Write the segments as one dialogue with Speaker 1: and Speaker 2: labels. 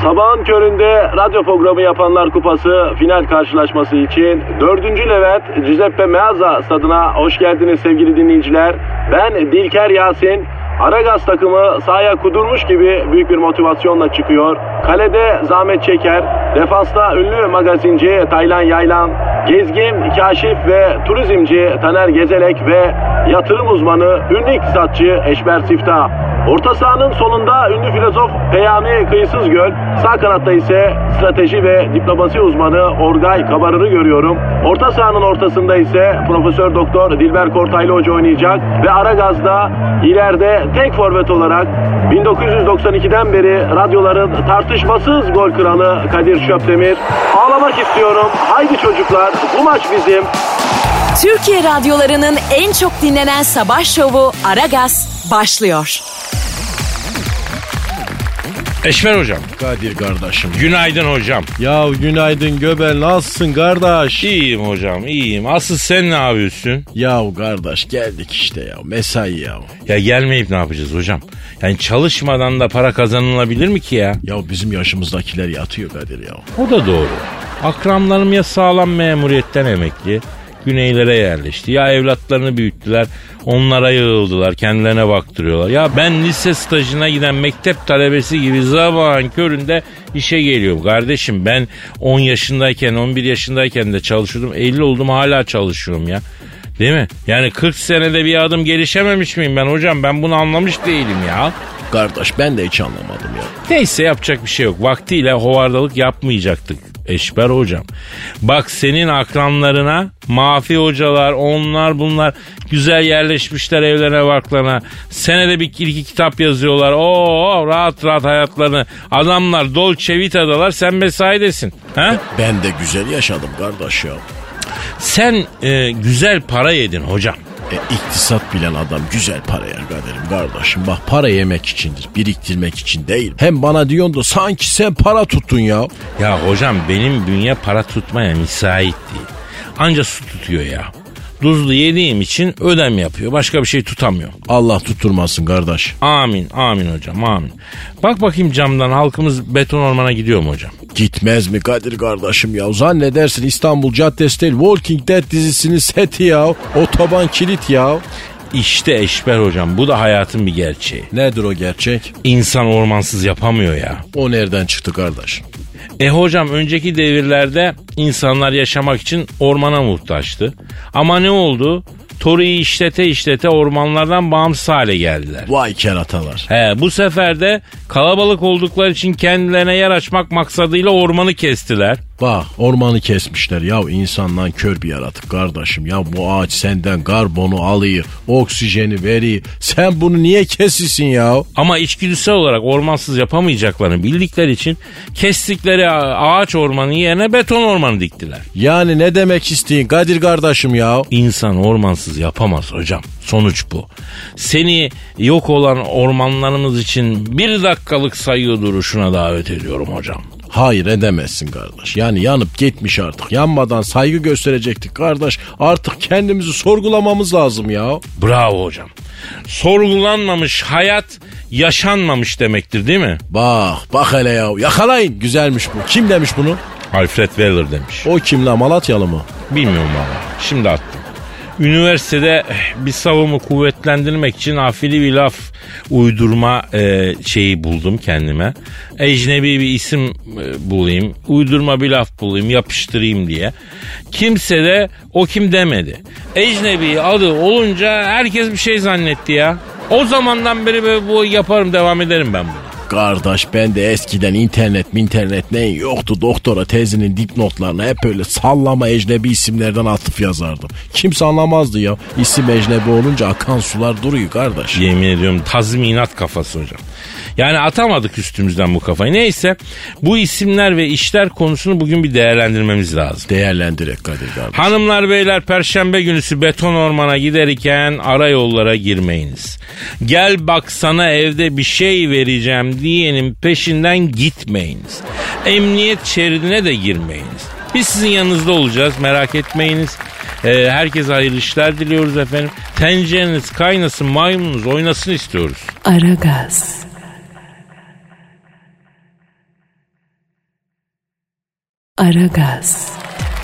Speaker 1: Sabahın köründe radyo programı yapanlar kupası final karşılaşması için 4. Levent Giuseppe Meazza stadına hoş geldiniz sevgili dinleyiciler. Ben Dilker Yasin. Aragaz takımı sahaya kudurmuş gibi büyük bir motivasyonla çıkıyor. Kalede Zahmet Çeker, defansta ünlü magazinci Taylan Yaylan, gezgin, kaşif ve turizmci Taner Gezelek ve yatırım uzmanı, ünlü iktisatçı Eşber Siftah. Orta sahanın solunda ünlü filozof Peyami Kıyısızgöl, sağ kanatta ise strateji ve diplomasi uzmanı Orgay Kabarır'ı görüyorum. Orta sahanın ortasında ise Profesör Doktor Dilber Kortaylı Hoca oynayacak ve Aragaz'da ileride tek forvet olarak 1992'den beri radyoların tartışmasız gol kralı Kadir Şöpdemir. Ağlamak istiyorum. Haydi çocuklar, bu maç bizim.
Speaker 2: Türkiye radyolarının en çok dinlenen sabah şovu Aragaz başlıyor.
Speaker 3: Eşver hocam.
Speaker 4: Kadir kardeşim.
Speaker 3: Günaydın hocam.
Speaker 4: Ya günaydın Göbel, nasılsın kardeş?
Speaker 3: İyiyim hocam, iyiyim. Asıl sen ne yapıyorsun?
Speaker 4: Ya kardeş geldik işte ya, mesai ya.
Speaker 3: Ya gelmeyip ne yapacağız hocam? Yani çalışmadan da para kazanılabilir mi ki ya?
Speaker 4: Ya bizim yaşımızdakiler yatıyor Kadir ya.
Speaker 3: O da doğru. Akranlarım ya sağlam memuriyetten emekli, güneylere yerleşti. Ya evlatlarını büyüttüler, onlara yığıldılar, kendilerine baktırıyorlar. Ya ben lise stajına giden mektep talebesi gibi sabahın köründe işe geliyorum. Kardeşim ben 10 yaşındayken, 11 yaşındayken de çalışıyordum. 50 oldum hala çalışıyorum ya. Değil mi? Yani 40 senede bir adım gelişememiş miyim ben hocam? Ben bunu anlamış değilim ya.
Speaker 4: Kardeş ben de hiç anlamadım ya.
Speaker 3: Neyse yapacak bir şey yok. Vaktiyle hovardalık yapmayacaktık Eşber hocam. Bak senin akranlarına mafi hocalar, onlar bunlar güzel yerleşmişler evlerine barklarına. Senede bir iki kitap yazıyorlar. Oo rahat rahat hayatlarını. Adamlar Dolce Vita'dalar, sen mesaidesin. Ha?
Speaker 4: Ben de güzel yaşadım kardeş ya.
Speaker 3: Sen güzel para yedin hocam.
Speaker 4: İktisat bilen adam güzel para yer Kadir'im kardeşim. Bak para yemek içindir, biriktirmek için değil. Hem bana diyorsun da sanki sen para tuttun ya.
Speaker 3: Ya hocam benim bünye para tutmaya müsait değil. Anca su tutuyor ya. Tuzlu yediğim için ödem yapıyor. Başka bir şey tutamıyor.
Speaker 4: Allah tutturmasın kardeş.
Speaker 3: Amin, amin hocam, amin. Bak bakayım camdan, halkımız beton ormana gidiyor mu hocam?
Speaker 4: Gitmez mi Kadir kardeşim ya? Zannedersin İstanbul Caddesi değil, Walking Dead dizisinin seti ya. Otoban kilit ya.
Speaker 3: İşte Eşber hocam, bu da hayatın bir gerçeği.
Speaker 4: Nedir o gerçek?
Speaker 3: İnsan ormansız yapamıyor ya.
Speaker 4: O nereden çıktı kardeş?
Speaker 3: Hocam önceki devirlerde insanlar yaşamak için ormana muhtaçtı. Ama ne oldu? Toru'yu işlete ormanlardan bağımsız hale geldiler.
Speaker 4: Vay keratalar.
Speaker 3: Bu sefer de kalabalık oldukları için kendilerine yer açmak maksadıyla ormanı kestiler.
Speaker 4: Bak ormanı kesmişler ya, insandan kör bir yaratık kardeşim. Ya bu ağaç senden karbonu alıyor, oksijeni veriyor. Sen bunu niye kesiyorsun ya?
Speaker 3: Ama içgüdüsel olarak ormansız yapamayacaklarını bildikleri için kestikleri ağaç ormanı yerine beton ormanı diktiler.
Speaker 4: Yani ne demek isteyin Kadir kardeşim ya?
Speaker 3: İnsan ormansız yapamaz hocam. Sonuç bu. Seni yok olan ormanlarımız için bir dakikalık saygı duruşuna davet ediyorum hocam.
Speaker 4: Hayır edemezsin kardeş. Yani yanıp gitmiş artık. Yanmadan saygı gösterecektik kardeş. Artık kendimizi sorgulamamız lazım ya.
Speaker 3: Bravo hocam. Sorgulanmamış hayat yaşanmamış demektir değil mi?
Speaker 4: Bak hele ya. Yakalayın. Güzelmiş bu. Kim demiş bunu?
Speaker 3: Alfred Weller demiş.
Speaker 4: O kim la, Malatyalı mı?
Speaker 3: Bilmiyorum valla. Şimdi attım. Üniversitede bir savımı kuvvetlendirmek için afili bir laf uydurma şeyi buldum kendime. Ecnebi bir isim bulayım, uydurma bir laf bulayım, yapıştırayım diye. Kimse de o kim demedi. Ecnebi adı olunca herkes bir şey zannetti ya. O zamandan beri bu yaparım, devam ederim ben bunu.
Speaker 4: Kardeş ben de eskiden internet ne yoktu, doktora tezinin dipnotlarına hep öyle sallama ecnebi isimlerden atıf yazardım. Kimse anlamazdı ya. İsim ecnebi olunca akan sular duruyor kardeş.
Speaker 3: Yemin ediyorum tazminat kafası hocam. Yani atamadık üstümüzden bu kafayı. Neyse bu isimler ve işler konusunu bugün bir değerlendirmemiz lazım.
Speaker 4: Değerlendirek Kadir kardeş.
Speaker 3: Hanımlar beyler, perşembe günüsü beton ormana giderken ara yollara girmeyiniz. Gel bak sana evde bir şey vereceğim diyenin peşinden gitmeyiniz. Emniyet şeridine de girmeyiniz. Biz sizin yanınızda olacağız, merak etmeyiniz. Herkese hayırlı işler diliyoruz efendim. Tencereniz kaynasın, maymununuz oynasın istiyoruz.
Speaker 2: Aragaz. Aragaz.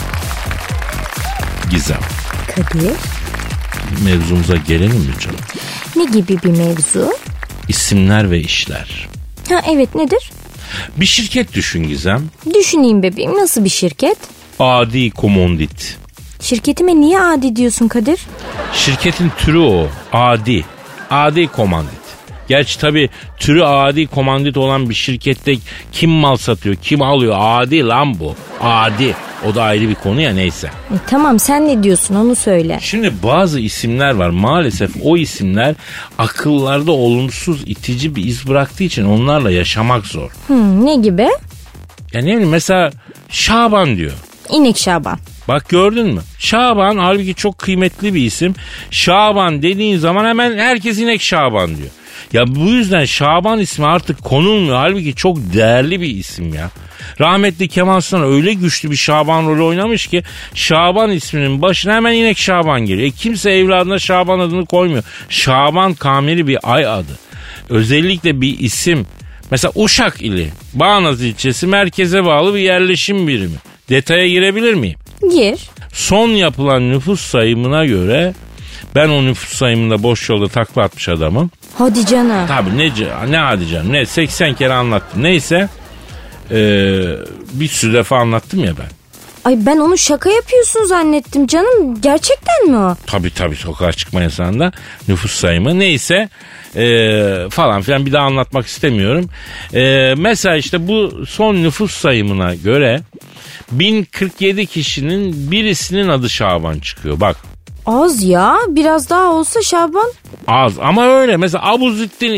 Speaker 3: Gizem,
Speaker 5: Kadir,
Speaker 3: mevzumuza gelelim mi canım?
Speaker 5: ne gibi bir mevzu?
Speaker 3: İsimler ve işler.
Speaker 5: Ha evet, nedir?
Speaker 3: Bir şirket düşün Gizem.
Speaker 5: Düşüneyim bebeğim, nasıl bir şirket?
Speaker 3: Adi komondit.
Speaker 5: Şirketime niye adi diyorsun Kadir?
Speaker 3: Şirketin türü o. Adi. Adi komandit. Gerçi tabii türü adi komandit olan bir şirkette kim mal satıyor, kim alıyor? Adi lan bu. Adi. O da ayrı bir konu ya, neyse.
Speaker 5: Tamam, sen ne diyorsun onu söyle.
Speaker 3: Şimdi bazı isimler var. Maalesef o isimler akıllarda olumsuz, itici bir iz bıraktığı için onlarla yaşamak zor.
Speaker 5: Ne gibi?
Speaker 3: Ya ne bileyim, mesela Şaban diyor.
Speaker 5: İnek Şaban.
Speaker 3: Bak gördün mü? Şaban halbuki çok kıymetli bir isim. Şaban dediğin zaman hemen herkes inek Şaban diyor. Ya bu yüzden Şaban ismi artık konulmuyor. Halbuki çok değerli bir isim ya. Rahmetli Kemal Sunal öyle güçlü bir Şaban rolü oynamış ki Şaban isminin başına hemen inek Şaban geliyor. Kimse evladına Şaban adını koymuyor. Şaban kamili bir ay adı. Özellikle bir isim. Mesela Uşak ili, Bağnaz ilçesi merkeze bağlı bir yerleşim birimi. Detaya girebilir miyim?
Speaker 5: Gir.
Speaker 3: Son yapılan nüfus sayımına göre ben o nüfus sayımında boş yolda takla atmış adamım.
Speaker 5: Hadi canım.
Speaker 3: Tabii ne hadi canım, ne 80 kere anlattım. Neyse bir sürü defa anlattım ya ben.
Speaker 5: Ay ben onu şaka yapıyorsun zannettim canım. Gerçekten mi o?
Speaker 3: Tabii sokağa çıkma yasağında nüfus sayımı neyse falan filan, bir daha anlatmak istemiyorum. Mesela işte bu son nüfus sayımına göre 1047 kişinin birisinin adı Şaban çıkıyor bak.
Speaker 5: Az ya, biraz daha olsa Şaban.
Speaker 3: Az ama öyle. Mesela Abuzüddin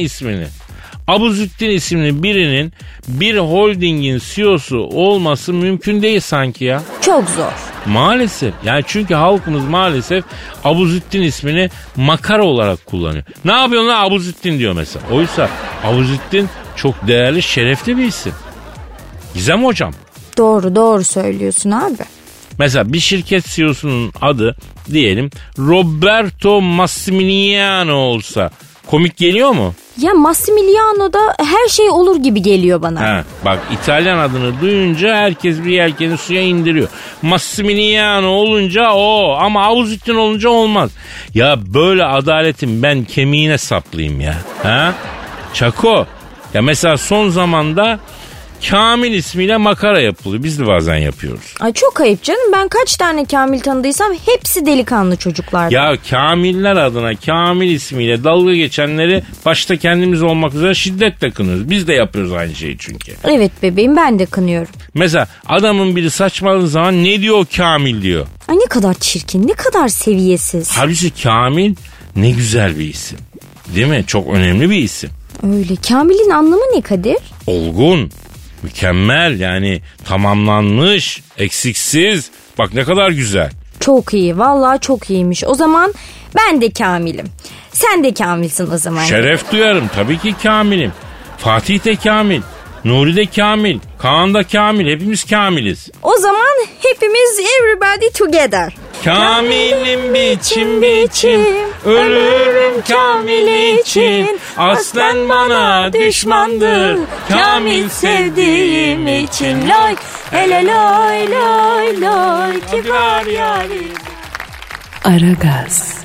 Speaker 3: isimli birinin bir holdingin CEO'su olması mümkün değil sanki ya.
Speaker 5: Çok zor.
Speaker 3: Maalesef. Yani çünkü halkımız maalesef Abuzüddin ismini makara olarak kullanıyor. Ne yapıyorsun lan Abuzüddin diyor mesela. Oysa Abuzüddin çok değerli, şerefli bir isim. Gizem hocam.
Speaker 5: Doğru söylüyorsun abi.
Speaker 3: Mesela bir şirket CEO'sunun adı diyelim Roberto Massimiliano olsa komik geliyor mu?
Speaker 5: Ya Massimiliano'da her şey olur gibi geliyor bana.
Speaker 3: Ha, bak İtalyan adını duyunca herkes bir yelkeni suya indiriyor. Massimiliano olunca o, ama Abuzüddin olunca olmaz. Ya böyle adaletin ben kemiğine saplayayım ya. Ha? Çako. Ya mesela son zamanda Kamil ismiyle makara yapılıyor. Biz de bazen yapıyoruz.
Speaker 5: Ay çok ayıp canım. Ben kaç tane Kamil tanıdıysam hepsi delikanlı çocuklar.
Speaker 3: Ya Kamiller adına Kamil ismiyle dalga geçenleri başta kendimiz olmak üzere şiddetle kınıyoruz. Biz de yapıyoruz aynı şeyi çünkü.
Speaker 5: Evet bebeğim, ben de kınıyorum.
Speaker 3: Mesela adamın biri saçmaladığı zaman ne diyor Kamil diyor.
Speaker 5: Ay ne kadar çirkin, ne kadar seviyesiz.
Speaker 3: Halbuki Kamil ne güzel bir isim. Değil mi? Çok önemli bir isim.
Speaker 5: Öyle. Kamil'in anlamı ne Kadir?
Speaker 3: Olgun. Mükemmel, yani tamamlanmış, eksiksiz. Bak ne kadar güzel.
Speaker 5: Çok iyi, vallahi çok iyiymiş. O zaman ben de Kamil'im. Sen de Kamil'sin o zaman.
Speaker 3: Şeref duyarım, tabii ki Kamil'im. Fatih de Kamil, Nuri de Kamil, Kaan da Kamil, hepimiz Kamiliz.
Speaker 5: O zaman hepimiz everybody together.
Speaker 3: Kamilim biçim, ölürüm Kamil için. Aslen bana düşmandır, Kamil sevdiğim için. Loy, ele loy loy loy, kibar yarim.
Speaker 2: Aragaz.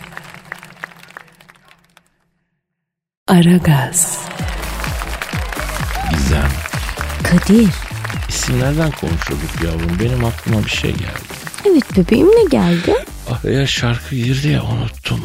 Speaker 3: Gizem,
Speaker 5: Kadir.
Speaker 3: isimlerden konuşuyorduk yavrum, benim aklıma bir şey geldi.
Speaker 5: Evet bebeğim, ne geldi?
Speaker 3: Araya şarkı girdi ya, unuttum.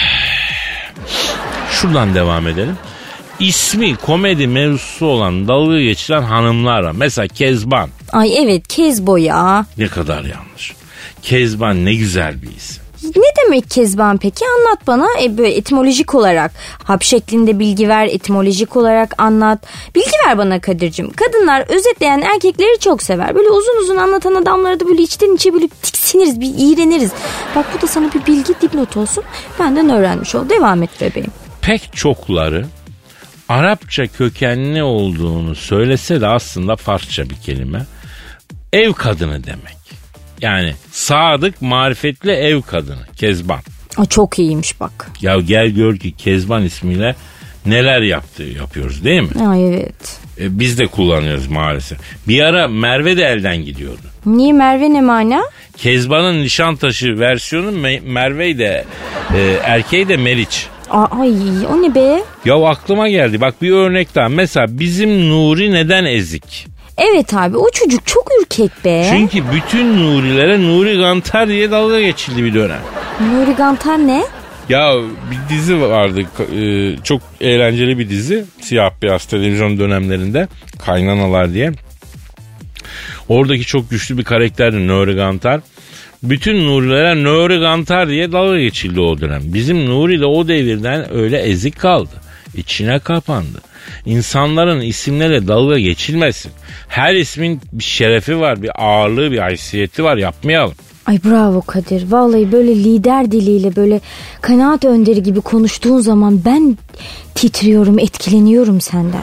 Speaker 3: Şuradan devam edelim. İsmi komedi mevzusu olan, dalga geçiren hanımlar var. Mesela Kezban.
Speaker 5: Ay evet, Kezbo ya.
Speaker 3: Ne kadar yanlış. Kezban ne güzel bir isim.
Speaker 5: Ne demek Kezban peki? Anlat bana. Böyle etimolojik olarak. Hap şeklinde bilgi ver, etimolojik olarak anlat. Bilgi ver bana Kadir'cim. Kadınlar özetleyen erkekleri çok sever. Böyle uzun uzun anlatan adamları da böyle içten içe böyle tiksiniriz, bir iğreniriz. Bak bu da sana bir bilgi, dipnot olsun. Benden öğrenmiş ol. Devam et bebeğim.
Speaker 3: Pek çokları Arapça kökenli olduğunu söylese de aslında Farsça bir kelime. Ev kadını demek. Yani sadık, marifetli ev kadını. Kezban.
Speaker 5: Aa, çok iyiymiş bak.
Speaker 3: Ya gel gör ki Kezban ismiyle neler yapıyoruz değil mi?
Speaker 5: Ay evet.
Speaker 3: Biz de kullanıyoruz maalesef. Bir ara Merve de elden gidiyordu.
Speaker 5: Niye Merve ne mana?
Speaker 3: Kezban'ın Nişantaşı versiyonu Merve'yi de erkeği de Meriç.
Speaker 5: Ay o ne be?
Speaker 3: Ya aklıma geldi. Bak bir örnek daha. Mesela bizim Nuri neden ezik?
Speaker 5: Evet abi o çocuk çok ürkek be.
Speaker 3: Çünkü bütün Nurilere Nuri Gantar diye dalga geçildi bir dönem.
Speaker 5: Nuri Gantar ne?
Speaker 3: Ya bir dizi vardı. Çok eğlenceli bir dizi. Siyah beyaz televizyon dönemlerinde. Kaynanalar diye. Oradaki çok güçlü bir karakterdi Nuri Gantar. Bütün Nurilere Nuri Gantar diye dalga geçildi o dönem. Bizim Nuri de o devirden öyle ezik kaldı. İçine kapandı. İnsanların isimlerle dalga geçilmesin. Her ismin bir şerefi var, bir ağırlığı, bir haysiyeti var. Yapmayalım.
Speaker 5: Ay bravo Kadir. Vallahi böyle lider diliyle böyle kanaat önderi gibi konuştuğun zaman ben titriyorum, etkileniyorum senden.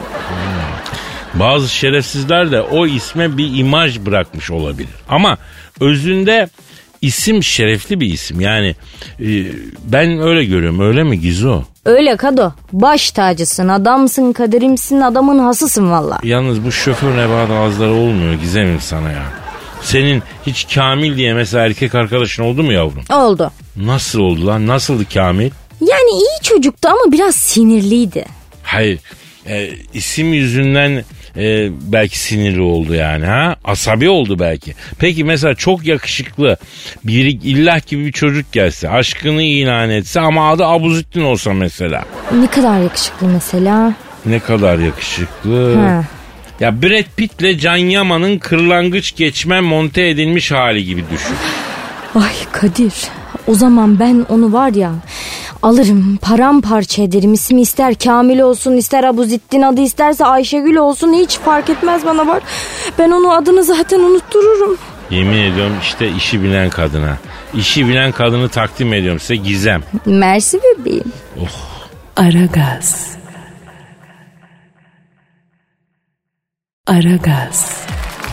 Speaker 3: Bazı şerefsizler de o isme bir imaj bırakmış olabilir. Ama özünde isim şerefli bir isim. Yani ben öyle görüyorum. Öyle mi Gizo?
Speaker 5: Öyle Kado. Baş tacısın, adamsın, kaderimsin, adamın hasısın valla.
Speaker 3: Yalnız bu şoför nebat ağızları olmuyor Gizem'im sana ya. Senin hiç Kamil diye mesela erkek arkadaşın oldu mu yavrum?
Speaker 5: Oldu.
Speaker 3: Nasıl oldu lan? Nasıldı Kamil?
Speaker 5: Yani iyi çocuktu ama biraz sinirliydi.
Speaker 3: Hayır. İsim yüzünden belki sinirli oldu yani ha? Asabi oldu belki. Peki mesela çok yakışıklı bir illah gibi bir çocuk gelse, aşkını ilan etse ama adı Abuzittin olsa mesela.
Speaker 5: Ne kadar yakışıklı mesela?
Speaker 3: Ne kadar yakışıklı.
Speaker 5: Ha.
Speaker 3: Ya Brad Pitt'le Can Yaman'ın kırlangıç geçme monte edilmiş hali gibi düşün.
Speaker 5: Ay Kadir, o zaman ben onu var ya alırım, paramparça ederim. İsmi ister Kamil olsun, ister Abuzittin, adı isterse Ayşegül olsun, hiç fark etmez bana bak. Ben onun adını zaten unuttururum.
Speaker 3: Yemin ediyorum işte işi bilen kadına. İşi bilen kadını takdim ediyorum size Gizem.
Speaker 5: Mersi bebeğim.
Speaker 3: Oh.
Speaker 2: Aragaz. Aragaz.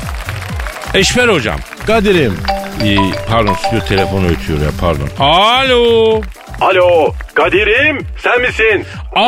Speaker 3: Eşber hocam.
Speaker 4: Kadir'im.
Speaker 3: Pardon stüdyo telefonu ötüyor ya pardon. Alo.
Speaker 1: Alo Kadir'im sen misin?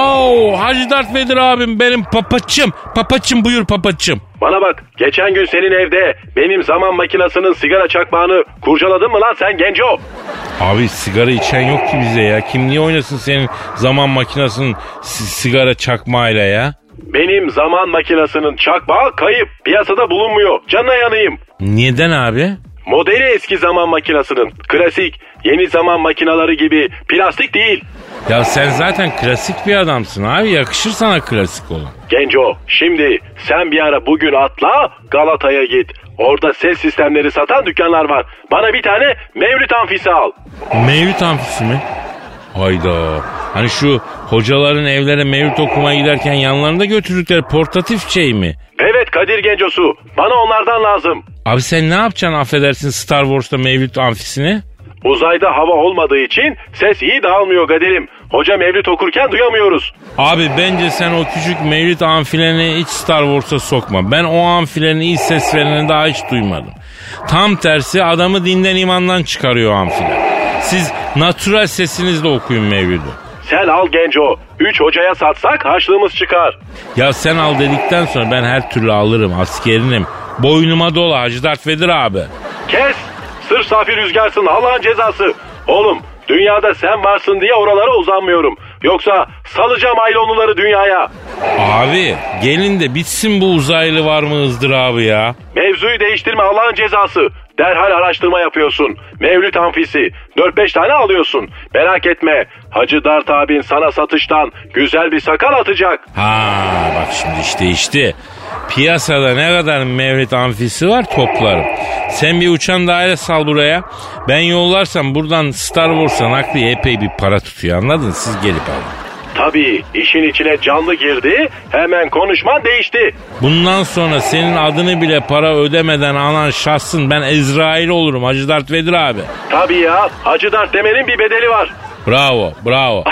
Speaker 3: Hacı Dert Vedir abim benim papaçım. Papaçım buyur papaçım.
Speaker 1: Bana bak geçen gün senin evde benim zaman makinesinin sigara çakmağını kurcaladın mı lan sen genco?
Speaker 3: Abi sigara içen yok ki bize ya. Kim niye oynasın senin zaman makinesinin sigara çakmağıyla ya?
Speaker 1: Benim zaman makinesinin çakmağı kayıp. Piyasada bulunmuyor. Canına yanayım.
Speaker 3: Neden abi?
Speaker 1: Modeli eski zaman makinesinin. Klasik, yeni zaman makineleri gibi plastik değil.
Speaker 3: Ya sen zaten klasik bir adamsın abi. Yakışır sana klasik olan.
Speaker 1: Genco, şimdi sen bir ara bugün atla Galata'ya git. Orada ses sistemleri satan dükkanlar var. Bana bir tane Mevlüt amfisi al.
Speaker 3: Mevlüt amfisi mi? Hayda. Hani şu hocaların evlere mevlüt okumaya giderken yanlarında götürdükleri portatif şey mi?
Speaker 1: Evet Kadir Gencosu. Bana onlardan lazım.
Speaker 3: Abi sen ne yapacaksın affedersin Star Wars'ta mevlüt amfisini?
Speaker 1: Uzayda hava olmadığı için ses iyi dağılmıyor Kadir'im. Hoca mevlüt okurken duyamıyoruz.
Speaker 3: Abi bence sen o küçük mevlüt amfilerini hiç Star Wars'a sokma. Ben o amfilerin iyi ses vereni daha hiç duymadım. Tam tersi adamı dinden imandan çıkarıyor amfiler. Siz natural sesinizle okuyun mevlüdü.
Speaker 1: Sen al Genco. 3 hocaya satsak harçlığımız çıkar.
Speaker 3: Ya sen al dedikten sonra ben her türlü alırım askerinim. Boynuma dola Hacı Dert Vedir abi.
Speaker 1: Kes. Sırf safi rüzgarsın Allah'ın cezası. Oğlum dünyada sen varsın diye oralara uzanmıyorum. Yoksa salacağım aylonluları dünyaya.
Speaker 3: Abi gelin de bitsin bu uzaylı var mı ızdırabı ya.
Speaker 1: Mevzuyu değiştirme Allah'ın cezası. Derhal araştırma yapıyorsun. Mevlüt amfisi. 4-5 tane alıyorsun. Merak etme. Hacı Dert abin sana satıştan güzel bir sakal atacak.
Speaker 3: Ha bak şimdi işte değişti. Piyasada ne kadar mevlüt amfisi var toplarım. Sen bir uçan daire sal buraya. Ben yollarsam buradan Star Wars'a nakliye epey bir para tutuyor anladın? Siz gelip alın.
Speaker 1: Tabii işin içine canlı girdi. Hemen konuşman değişti.
Speaker 3: Bundan sonra senin adını bile para ödemeden alan şahsın ben Ezrail olurum Hacı Dert Vedir abi.
Speaker 1: Tabii ya Hacı Dert demenin bir bedeli var.
Speaker 3: Bravo bravo.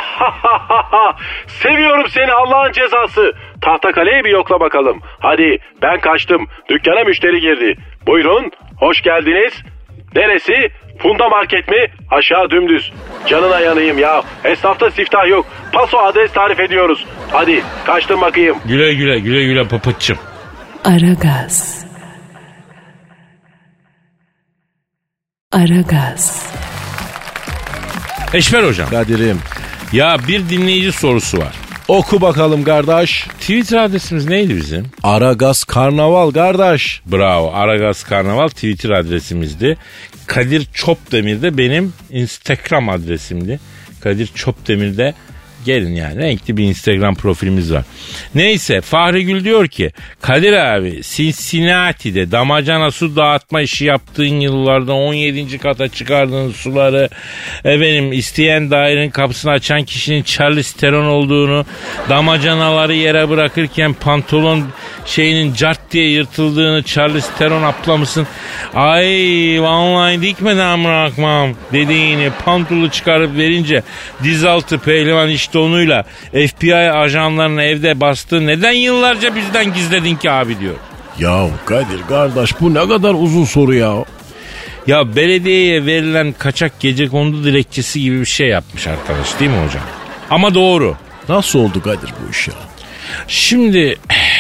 Speaker 1: Seviyorum seni Allah'ın cezası. Tahtakale'yi bir yokla bakalım. Hadi ben kaçtım. Dükkana müşteri girdi. Buyurun hoş geldiniz. Neresi? Funda Market mi? Aşağı dümdüz. Canına yanayım ya. Esnafta siftah yok. Paso adres tarif ediyoruz. Hadi kaçtım bakayım.
Speaker 3: Güle güle güle güle papaçım.
Speaker 2: Aragaz. Aragaz.
Speaker 3: Eşber hocam.
Speaker 4: Kadir'im.
Speaker 3: Ya bir dinleyici sorusu var.
Speaker 4: Oku bakalım kardeş.
Speaker 3: Twitter adresimiz neydi bizim?
Speaker 4: Aragaz Karnaval kardeş.
Speaker 3: Bravo. Aragaz Karnaval Twitter adresimizdi. Kadir Çopdemir de benim Instagram adresimdi. Kadir Çopdemir de gelin yani. Renkli bir Instagram profilimiz var. Neyse Fahri Gül diyor ki Kadir abi Cincinnati'de damacana su dağıtma işi yaptığın yıllarda 17. kata çıkardığın suları isteyen dairenin kapısını açan kişinin Charlize Theron olduğunu, damacanaları yere bırakırken pantolon şeyinin cart diye yırtıldığını, Charlize Theron abla mısın? Ay vallahi dikmeden bırakmam dediğini, pantolu çıkarıp verince dizaltı pehlivan işte onuyla FBI ajanlarını evde bastı. Neden yıllarca bizden gizledin ki abi diyor.
Speaker 4: Ya Kadir kardeş bu ne kadar uzun soru ya.
Speaker 3: Ya belediyeye verilen kaçak gecekondu dilekçesi gibi bir şey yapmış arkadaş değil mi hocam? Ama doğru.
Speaker 4: Nasıl oldu Kadir bu iş ya?
Speaker 3: Şimdi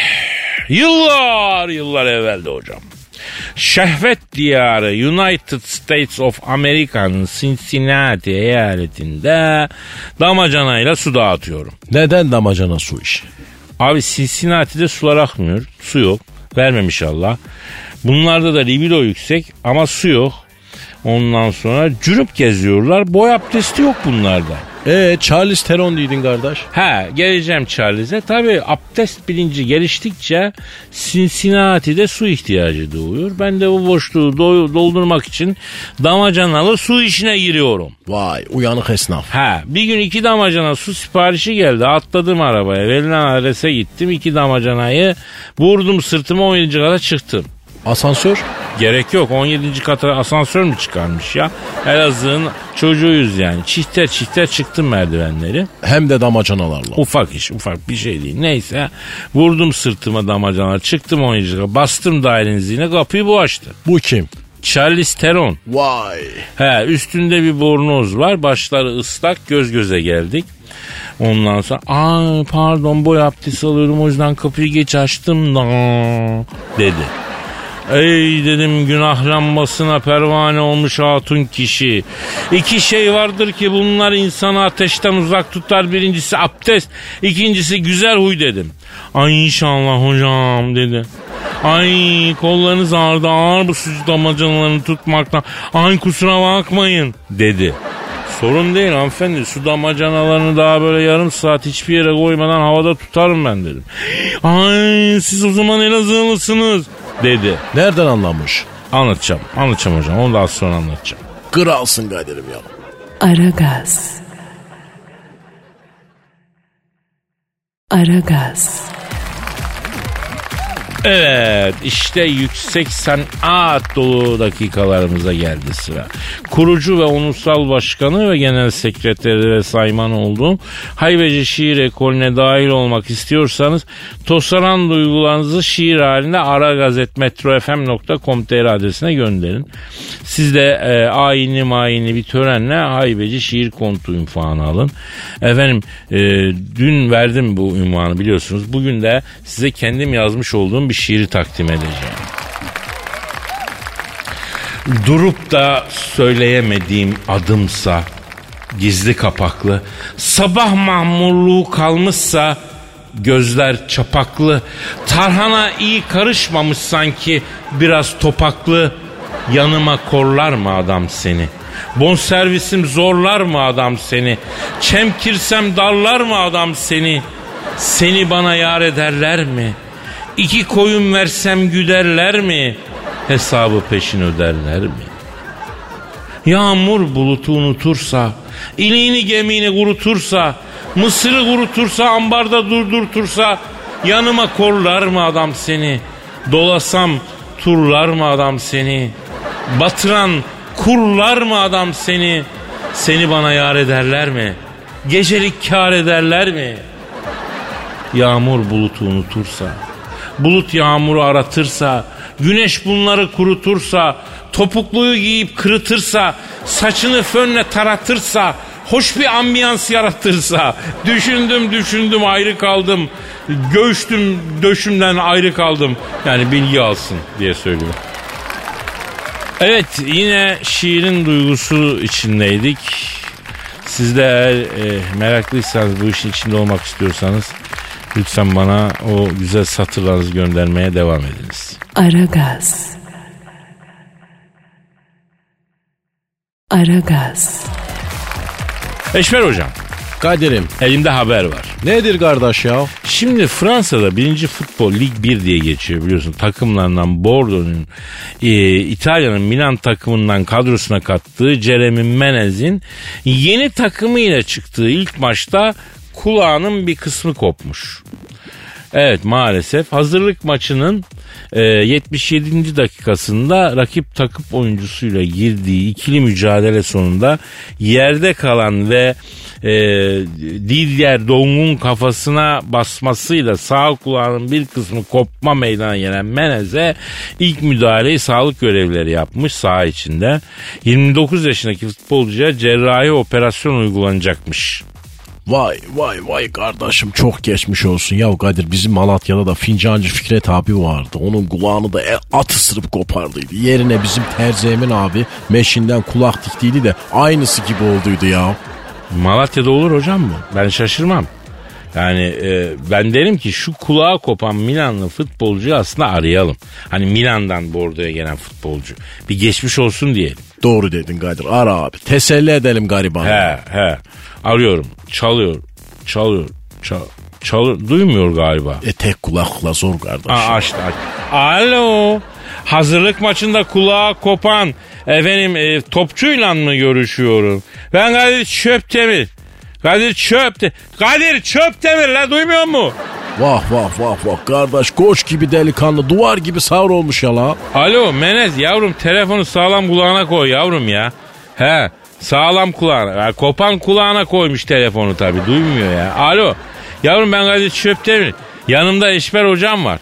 Speaker 3: yıllar evvelde hocam. Şehvet diyarı United States of America'nın Cincinnati eyaletinde damacanayla su dağıtıyorum.
Speaker 4: Neden damacana su işi?
Speaker 3: Abi Cincinnati'de sular akmıyor. Su yok. Vermemiş Allah. Bunlarda da libido yüksek ama su yok. Ondan sonra cürüp geziyorlar. Boy abdesti yok bunlarda.
Speaker 4: Charlize Theron diydin kardeş.
Speaker 3: Geleceğim Charles'e. Tabii abdest bilinci geliştikçe Cincinnati'de su ihtiyacı doğuyor. Ben de bu boşluğu doldurmak için damacanalı su işine giriyorum.
Speaker 4: Vay uyanık esnaf.
Speaker 3: Bir gün 2 damacana su siparişi geldi. Atladım arabaya. Verilen adrese gittim. 2 damacanayı vurdum sırtıma 17. kata çıktım.
Speaker 4: Asansör?
Speaker 3: Gerek yok. 17. kata asansör mü çıkarmış ya? Elazığ'ın çocuğuyuz yani. Çifter çıktım merdivenleri.
Speaker 4: Hem de damacanalarla.
Speaker 3: Ufak iş, ufak bir şey değil. Neyse vurdum sırtıma damacanalar. Çıktım 17. kata. Bastım dairenin ziline, kapıyı bu açtı.
Speaker 4: Bu kim?
Speaker 3: Charlize Theron.
Speaker 4: Vay.
Speaker 3: Üstünde bir bornoz var. Başları ıslak, göz göze geldik. Ondan sonra pardon boy abdesti alıyorum o yüzden kapıyı geç açtım da dedi. Ey dedim günah lambasına pervane olmuş hatun kişi. 2 şey vardır ki bunlar insanı ateşten uzak tutar. Birincisi abdest, ikincisi güzel huy dedim. Ay inşallah hocam dedi. Ay kollarınız ağrıdı, ağır bu su damacanalarını tutmaktan. Ay kusura bakmayın dedi. Sorun değil hanımefendi, su damacanalarını daha böyle yarım saat hiçbir yere koymadan havada tutarım ben dedim. Ay siz o zaman Elazığlısınız dedi.
Speaker 4: Nereden anlamış?
Speaker 3: Anlatacağım hocam, onu daha sonra anlatacağım.
Speaker 4: Kralsın Kadir'im ya.
Speaker 2: Aragaz.
Speaker 3: Evet işte yüksek sanat dolu dakikalarımıza geldi sıra. Kurucu ve onursal başkanı ve genel sekreteri ve sayman olduğum Haybeci Şiir Ekolü'ne dahil olmak istiyorsanız tosaran duygularınızı şiir halinde aragazetmetrofm.com.tr adresine gönderin. Siz de ayinli bir törenle Haybeci Şiir Kontu ünvanı alın. Dün verdim bu ünvanı biliyorsunuz. Bugün de size kendim yazmış olduğum bir şiiri takdim edeceğim. Durup da söyleyemediğim adımsa, gizli kapaklı, sabah mahmurluğu kalmışsa, gözler çapaklı, tarhana iyi karışmamış sanki biraz topaklı, yanıma korlar mı adam seni? Bonservisim zorlar mı adam seni? Çemkirsem darlar mı adam seni? Seni bana yar ederler mi? 2 koyun versem güderler mi? Hesabı peşin öderler mi? Yağmur bulutu unutursa, iliğini gemiğini kurutursa, mısırı kurutursa, ambarda durdurtursa, yanıma korlar mı adam seni? Dolasam turlar mı adam seni? Batıran kurlar mı adam seni? Seni bana yar ederler mi? Gecelik kâr ederler mi? Yağmur bulutu unutursa, bulut yağmuru aratırsa, güneş bunları kurutursa, topukluyu giyip kırıtırsa, saçını fönle taratırsa, hoş bir ambiyans yaratırsa, düşündüm ayrı kaldım, göçtüm döşümden ayrı kaldım. Yani bilgi alsın diye söylüyorum. Evet, yine şiirin duygusu içindeydik. Siz de eğer meraklıysanız, bu işin içinde olmak istiyorsanız lütfen bana o güzel satırlarınızı göndermeye devam ediniz.
Speaker 2: Aragaz. Aragaz.
Speaker 3: Eşver hocam,
Speaker 4: Kadir'im.
Speaker 3: elimde haber var.
Speaker 4: Nedir kardeş ya?
Speaker 3: Şimdi Fransa'da 1. Futbol Lig 1 diye geçiyor biliyorsun. Takımlarından Bordeaux'un İtalya'nın Milan takımından kadrosuna kattığı Jeremy Menez'in yeni takımıyla çıktığı ilk maçta kulağının bir kısmı kopmuş. Evet, maalesef hazırlık maçının 77. dakikasında rakip takım oyuncusuyla girdiği ikili mücadele sonunda yerde kalan ve Didier Dong'un kafasına basmasıyla sağ kulağının bir kısmı kopma meydana gelen Menez'e ilk müdahaleyi sağlık görevlileri yapmış saha içinde. 29 yaşındaki futbolcuya cerrahi operasyon uygulanacakmış.
Speaker 4: Vay kardeşim, çok geçmiş olsun. Ya Kadir, bizim Malatya'da da fincancı Fikret abi vardı. Onun kulağını da at ısırıp kopardıydı. Yerine bizim Terzi Emin abi meşinden kulak diktiydi de aynısı gibi olduydu ya.
Speaker 3: Malatya'da olur hocam bu. Ben şaşırmam. Yani ben derim ki şu kulağı kopan Milanlı futbolcuyu aslında arayalım. Hani Milan'dan Bordeaux'a gelen futbolcu. Bir geçmiş olsun diyelim.
Speaker 4: Doğru dedin Kadir, ara abi. Teselli edelim garibanı.
Speaker 3: He. Arıyorum. Çalıyor. Duymuyor galiba.
Speaker 4: Tek kulakla zor kardeş.
Speaker 3: Açtı. Alo. Hazırlık maçında kulağı kopan topçuyla mı görüşüyorum? Ben Kadir Çöptemir. Kadir Çöptemir la, duymuyor mu?
Speaker 4: Vah kardeş, koç gibi delikanlı, duvar gibi sağır olmuş ya la.
Speaker 3: Alo Menez yavrum, telefonu sağlam kulağına koy yavrum ya. He, sağlam kulağına. Yani kopan kulağına koymuş telefonu tabii, duymuyor ya. Alo yavrum, ben Kadir Çöptemir. Yanımda Eşber hocam var.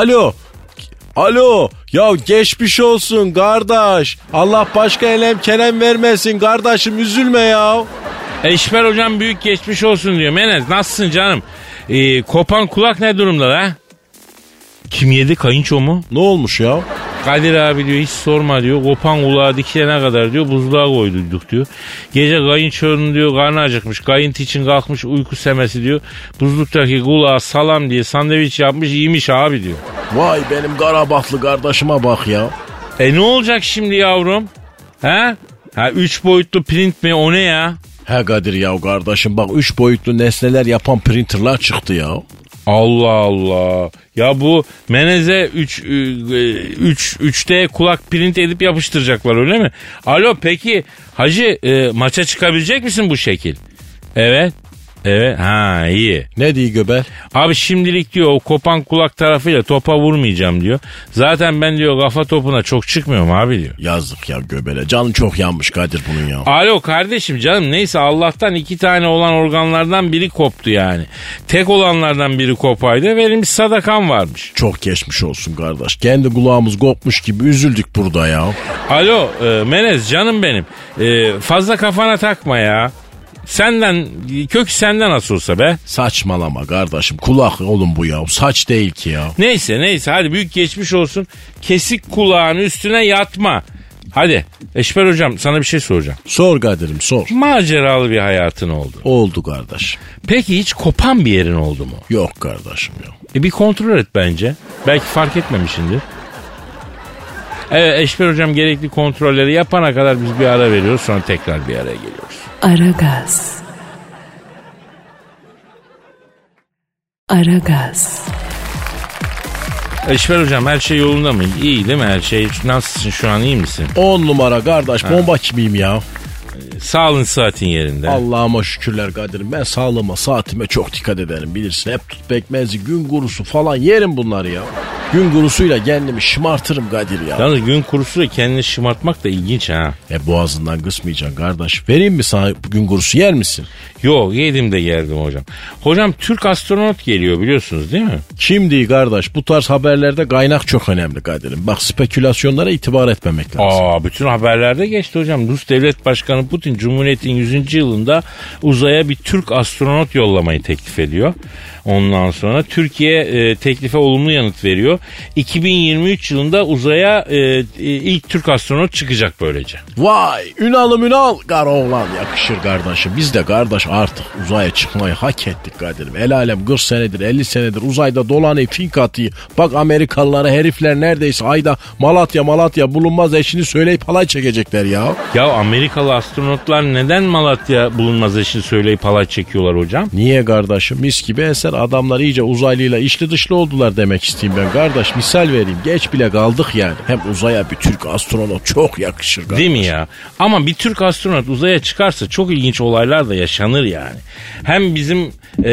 Speaker 4: Alo ya, geçmiş olsun kardeş. Allah başka elem kerem vermesin kardeşim, üzülme ya.
Speaker 3: Eşber hocam büyük geçmiş olsun diyor. Menez nasılsın canım? Kopan kulak ne durumda la? Kim yedi, kayınço mu?
Speaker 4: Ne olmuş ya?
Speaker 3: Kadir abi diyor hiç sorma diyor. Kopan kulağı dikilene kadar diyor buzluğa koyduk diyor. Gece kayınçonun diyor karnı acıkmış. Kayıntı için kalkmış uyku semesi diyor. Buzluktaki kulağı salam diye sandviç yapmış yemiş abi diyor.
Speaker 4: Vay benim Karabaklı kardeşime bak ya.
Speaker 3: Ne olacak şimdi yavrum? Ha 3 boyutlu print mi, o ne ya?
Speaker 4: He Kadir ya kardeşim, bak 3 boyutlu nesneler yapan printerlar çıktı ya.
Speaker 3: Allah. Ya bu Menez'e 3D kulak print edip yapıştıracaklar, öyle mi? Alo peki hacı, maça çıkabilecek misin bu şekil? Evet. İyi.
Speaker 4: Ne diyor göbel?
Speaker 3: Abi şimdilik diyor o kopan kulak tarafıyla topa vurmayacağım diyor. Zaten ben diyor kafa topuna çok çıkmıyorum abi diyor.
Speaker 4: Yazık ya göbele, canım çok yanmış Kadir bunun ya.
Speaker 3: Alo kardeşim canım, neyse Allah'tan 2 tane olan organlardan biri koptu yani. Tek olanlardan biri kopaydı, verilmiş sadakam varmış.
Speaker 4: Çok geçmiş olsun kardeş. Kendi kulağımız kopmuş gibi üzüldük burada ya.
Speaker 3: Alo Menez canım benim, fazla kafana takma ya. Kök senden nasıl olsa be.
Speaker 4: Saçmalama kardeşim, kulak oğlum bu ya, saç değil ki ya.
Speaker 3: Neyse hadi büyük geçmiş olsun. Kesik kulağın üstüne yatma. Hadi Eşber hocam, sana bir şey soracağım.
Speaker 4: Sor Kadir'im sor.
Speaker 3: Maceralı bir hayatın oldu.
Speaker 4: Oldu kardeş.
Speaker 3: Peki hiç kopan bir yerin oldu mu?
Speaker 4: Yok kardeşim yok.
Speaker 3: Bir kontrol et bence. Belki fark etmemişsindir. Evet Eşber hocam gerekli kontrolleri yapana kadar biz bir ara veriyoruz, sonra tekrar bir araya geliyoruz. Aragaz. Eşber hocam her şey yolunda mı? İyi değil mi her şey? Nasılsın şu an, iyi misin?
Speaker 4: 10 numara kardeş, bomba gibiyim ya.
Speaker 3: Sağlığın saatin yerinde.
Speaker 4: Allah'ıma şükürler Kadir'im, ben sağlığıma saatime çok dikkat ederim bilirsin. Hep tut pekmezi, gün kurusu falan yerim bunları ya. Gün kurusuyla kendimi şımartırım Kadir ya.
Speaker 3: Yalnız gün kurusuyla kendini şımartmak da ilginç ha.
Speaker 4: Boğazından kısmayacaksın kardeş. Vereyim mi sana gün kurusu, yer misin?
Speaker 3: Yok yedim de geldim hocam. Hocam Türk astronot geliyor biliyorsunuz değil mi?
Speaker 4: Kim değil kardeş, bu tarz haberlerde kaynak çok önemli Kadir'im. Bak spekülasyonlara itibar etmemek lazım.
Speaker 3: Bütün haberlerde geçti hocam. Rus Devlet Başkanı Putin Cumhuriyet'in 100. yılında uzaya bir Türk astronot yollamayı teklif ediyor. Ondan sonra Türkiye teklife olumlu yanıt veriyor. 2023 yılında uzaya ilk Türk astronot çıkacak böylece.
Speaker 4: Vay Ünal kara oğlan yakışır kardeşim. Biz de kardeş artık uzaya çıkmayı hak ettik Kadir'im. El alem 40 senedir 50 senedir uzayda dolanıp fink atıyı. Bak Amerikalılara herifler neredeyse ayda Malatya bulunmaz eşini söyleyip halay çekecekler ya.
Speaker 3: Ya Amerikalı astronotlar neden Malatya bulunmaz eşini söyleyip halay çekiyorlar hocam?
Speaker 4: Niye kardeşim? Mis gibi eser, adamlar iyice uzaylıyla içli dışlı oldular demek isteyeyim ben kardeş. Misal vereyim, geç bile kaldık yani. Hem uzaya bir Türk astronot çok yakışır kardeş.
Speaker 3: Değil mi ya? Ama bir Türk astronot uzaya çıkarsa çok ilginç olaylar da yaşanır yani. Hem bizim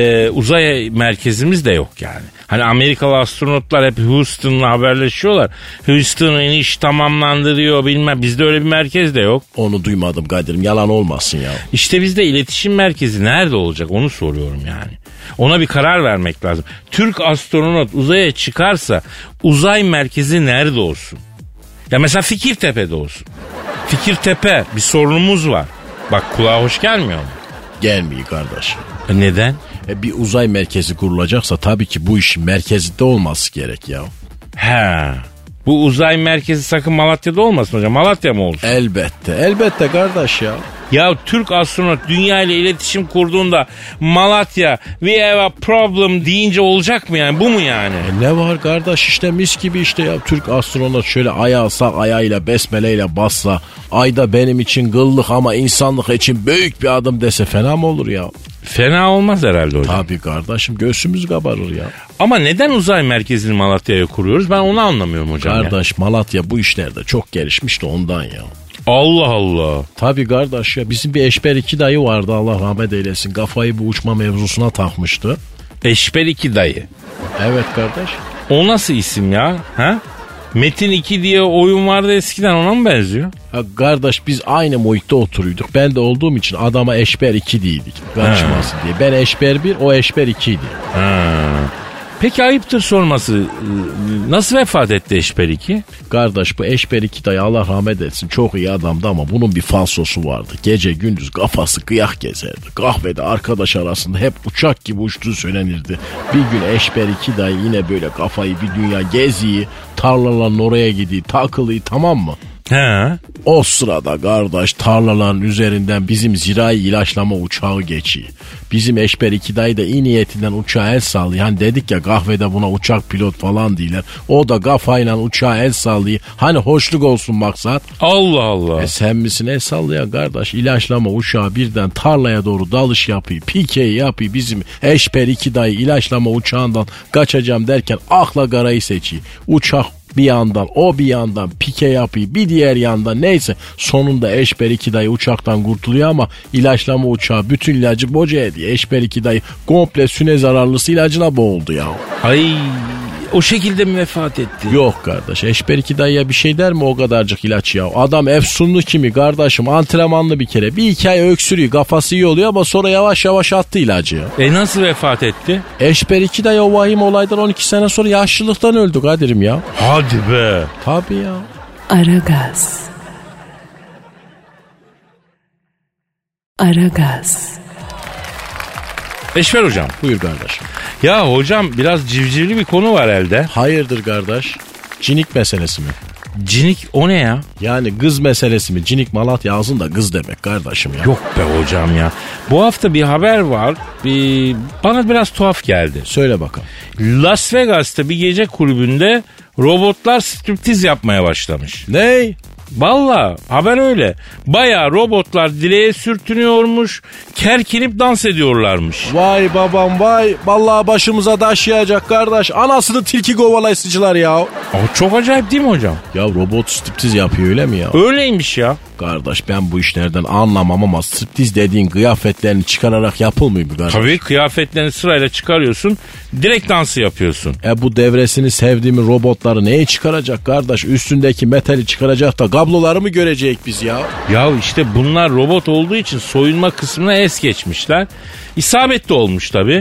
Speaker 3: uzay merkezimiz de yok yani. Hani Amerikalı astronotlar hep Houston'la haberleşiyorlar. Houston'un iniş tamamlandı diyor bilmem. Bizde öyle bir merkez de yok.
Speaker 4: Onu duymadım Kadir'im, yalan olmasın ya.
Speaker 3: İşte bizde iletişim merkezi nerede olacak onu soruyorum yani. Ona bir karar vermek lazım. Türk astronot uzaya çıkarsa uzay merkezi nerede olsun? Ya mesela Fikirtepe'de olsun. Fikirtepe, bir sorunumuz var. Bak kulağa hoş gelmiyor mu?
Speaker 4: Gelmiyor kardeş.
Speaker 3: Neden?
Speaker 4: Bir uzay merkezi kurulacaksa tabii ki bu işin merkezinde olması gerek ya.
Speaker 3: He. Bu uzay merkezi sakın Malatya'da olmasın hocam. Malatya mı olsun?
Speaker 4: Elbette kardeş ya.
Speaker 3: Ya Türk astronot dünya ile iletişim kurduğunda Malatya we have a problem deyince olacak mı yani? Bu mu yani?
Speaker 4: Ne var kardeş, işte mis gibi işte ya. Türk astronot şöyle ayağı sağ ayağıyla besmeleyle bassa, ayda benim için kıllık ama insanlık için büyük bir adım dese fena mı olur ya?
Speaker 3: Fena olmaz herhalde hocam.
Speaker 4: Tabii kardeşim, göğsümüz kabarır ya.
Speaker 3: Ama neden uzay merkezini Malatya'ya kuruyoruz? Ben onu anlamıyorum hocam.
Speaker 4: Kardeş
Speaker 3: ya.
Speaker 4: Malatya bu işlerde çok gelişmiş de ondan ya.
Speaker 3: Allah Allah.
Speaker 4: Tabii kardeş ya, bizim bir Eşber iki dayı vardı, Allah rahmet eylesin. Kafayı bu uçma mevzusuna takmıştı.
Speaker 3: Eşber iki dayı.
Speaker 4: Evet kardeş.
Speaker 3: O nasıl isim ya? Ha? Metin 2 diye oyun vardı eskiden, ona mı benziyor?
Speaker 4: Ha kardeş, biz aynı muhitte oturuyorduk. Ben de olduğum için adama Eşber 2 değildik. Karışmasın diye. Ben Eşber 1, o Eşber 2'ydi.
Speaker 3: Peki ayıptır sorması, nasıl vefat etti Eşber 2?
Speaker 4: Kardeş bu Eşber 2 dayı Allah rahmet etsin çok iyi adamdı ama bunun bir falsosu vardı. Gece gündüz kafası kıyak gezerdi. Kahvede arkadaş arasında hep uçak gibi uçtuğu söylenirdi. Bir gün Eşber 2 dayı yine böyle kafayı bir dünya geziyi, tarlaların oraya gidiyor, takılıyı, tamam mı?
Speaker 3: He.
Speaker 4: O sırada kardeş tarlaların üzerinden bizim zirai ilaçlama uçağı geçiyor. Bizim Eşber 2 dayı da iyi niyetinden uçağa el sallıyor. Hani dedik ya kahvede buna uçak pilot falan değiller. O da kafayla uçağa el sallıyor. Hani hoşluk olsun maksat.
Speaker 3: Allah Allah.
Speaker 4: Sen misin el sallayan kardeş? İlaçlama uçağı birden tarlaya doğru dalış yapıyor. Pikeyi yapıyor. Bizim Eşber 2 dayı ilaçlama uçağından kaçacağım derken akla garayı seçiyor. Uçak bir yandan, o bir yandan pike yapıyor, bir diğer yandan neyse sonunda Eşber 2 dayı uçaktan kurtuluyor ama ilaçlama uçağı bütün ilacı boca ediyor. Eşber 2 dayı komple süne zararlısı ilacına boğuldu ya.
Speaker 3: Ay, o şekilde mi vefat etti?
Speaker 4: Yok kardeş, Eşber 2 dayıya bir şey der mi o kadarcık ilaç ya? Adam efsunlu kimi kardeşim, antrenmanlı bir kere. Bir iki ay öksürüyor, kafası iyi oluyor ama sonra yavaş yavaş attı ilacı ya.
Speaker 3: Nasıl vefat etti?
Speaker 4: Eşber 2 dayı o vahim olaydan 12 sene sonra yaşlılıktan öldü Kadir'im ya.
Speaker 3: Hadi be.
Speaker 4: Tabii ya.
Speaker 2: Aragaz. Aragaz.
Speaker 3: Eşber hocam.
Speaker 4: Buyur kardeşim.
Speaker 3: Ya hocam biraz civcivli bir konu var elde.
Speaker 4: Hayırdır kardeş? Cinik meselesi mi?
Speaker 3: Cinik o ne ya?
Speaker 4: Yani kız meselesi mi? Cinik Malatya ağzında kız demek kardeşim ya.
Speaker 3: Yok be hocam ya. Bu hafta bir haber var. Bana biraz tuhaf geldi.
Speaker 4: Söyle bakalım.
Speaker 3: Las Vegas'ta bir gece kulübünde robotlar striptiz yapmaya başlamış.
Speaker 4: Ney?
Speaker 3: Valla haber öyle. Bayağı robotlar dileğe sürtünüyormuş, kerkinip dans ediyorlarmış.
Speaker 4: Vay babam vay. Vallahi başımıza taş yiyecek kardeş. Anasını tilki kovalayısıcılar ya.
Speaker 3: O çok acayip değil mi hocam?
Speaker 4: Ya robot striptiz yapıyor öyle mi ya?
Speaker 3: Öyleymiş ya.
Speaker 4: Kardeş ben bu işlerden anlamam ama striptiz dediğin kıyafetlerini çıkararak yapılmıyor mu kardeş?
Speaker 3: Tabii kıyafetlerini sırayla çıkarıyorsun, direkt dansı yapıyorsun.
Speaker 4: Bu devresini sevdiğimi robotları neye çıkaracak kardeş? Üstündeki metali çıkaracak da kabloları mı görecek biz ya?
Speaker 3: Ya işte bunlar robot olduğu için soyunma kısmına es geçmişler. İsabetli olmuş tabii.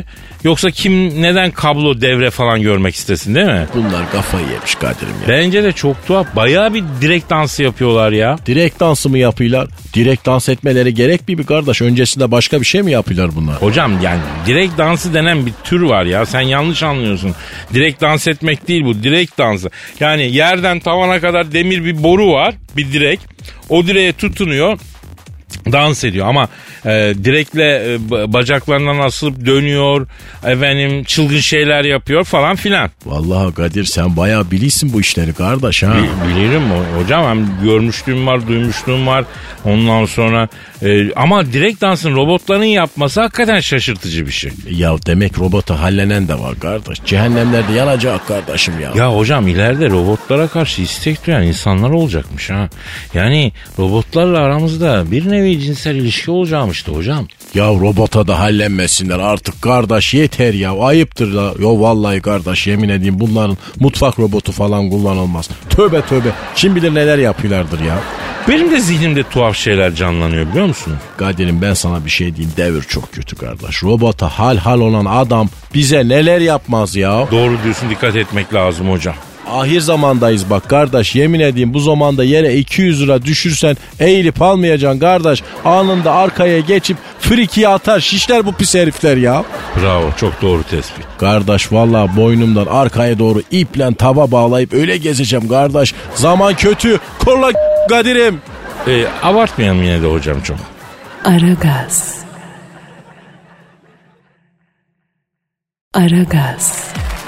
Speaker 3: Yoksa kim neden kablo devre falan görmek istesin değil mi?
Speaker 4: Bunlar kafayı yemiş Kadir'im ya.
Speaker 3: Bence de çok tuhaf. Bayağı bir direkt dansı yapıyorlar ya.
Speaker 4: Direkt dansı mı yapıyorlar? Direkt dans etmeleri gerek mi kardeş? Öncesinde başka bir şey mi yapıyorlar bunlar?
Speaker 3: Hocam yani direkt dansı denen bir tür var ya. Sen yanlış anlıyorsun. Direkt dans etmek değil bu. Direkt dansı. Yani yerden tavana kadar demir bir boru var. Bir direk. O direğe tutunuyor. Dans ediyor ama direkle bacaklarından asılıp dönüyor, çılgın şeyler yapıyor falan filan.
Speaker 4: Vallahi Kadir sen bayağı bilirsin bu işleri kardeş ha.
Speaker 3: Bilirim hocam, hem görmüşlüğüm var, duymuşluğum var. Ondan sonra ama direkt dansın robotların yapması hakikaten şaşırtıcı bir şey.
Speaker 4: Ya demek robota hallenen de var kardeş. Cehennemlerde yanacak kardeşim ya.
Speaker 3: Ya hocam ileride robotlara karşı istek duyan insanlar olacakmış ha. Yani robotlarla aramızda bir nevi cinsel ilişki olacakmıştı hocam.
Speaker 4: Ya robota da hallenmesinler artık kardeş, yeter ya, ayıptır da. Yo vallahi kardeş, yemin edeyim bunların mutfak robotu falan kullanılmaz. Tövbe tövbe, kim bilir neler yapıyorlardır ya.
Speaker 3: Benim de zihnimde tuhaf şeyler canlanıyor biliyor musun?
Speaker 4: Kadir'im ben sana bir şey diyeyim, devir çok kötü kardeş. Robota hal olan adam bize neler yapmaz ya.
Speaker 3: Doğru diyorsun, dikkat etmek lazım hocam.
Speaker 4: Ahir zamandayız bak kardeş, yemin edeyim bu zamanda yere 200 lira düşürsen eğilip almayacaksın kardeş. Anında arkaya geçip frikiye atar şişler bu pis herifler ya.
Speaker 3: Bravo, çok doğru tespit.
Speaker 4: Kardeş vallahi boynumdan arkaya doğru iple tava bağlayıp öyle gezeceğim kardeş. Zaman kötü, kolla Kadir'im.
Speaker 3: Abartmayalım yine de hocam çok.
Speaker 2: Aragaz. Aragaz.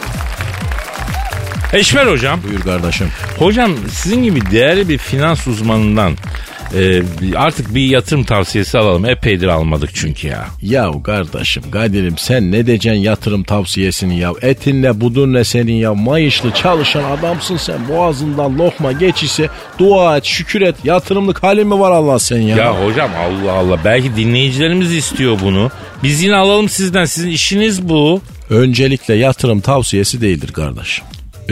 Speaker 3: Eşmer hocam.
Speaker 4: Buyur kardeşim.
Speaker 3: Hocam sizin gibi değerli bir finans uzmanından artık bir yatırım tavsiyesi alalım. Epeydir almadık çünkü ya.
Speaker 4: Ya kardeşim Kadir'im sen ne diyeceksin yatırım tavsiyesini ya? Etin ne budun ne senin ya? Mayışlı çalışan adamsın sen. Boğazından lokma geçişse dua et, şükür et. Yatırımlık halin mi var Allah sen ya?
Speaker 3: Ya hocam Allah Allah, belki dinleyicilerimiz istiyor bunu. Biz yine alalım sizden. Sizin işiniz bu.
Speaker 4: Öncelikle yatırım tavsiyesi değildir kardeşim.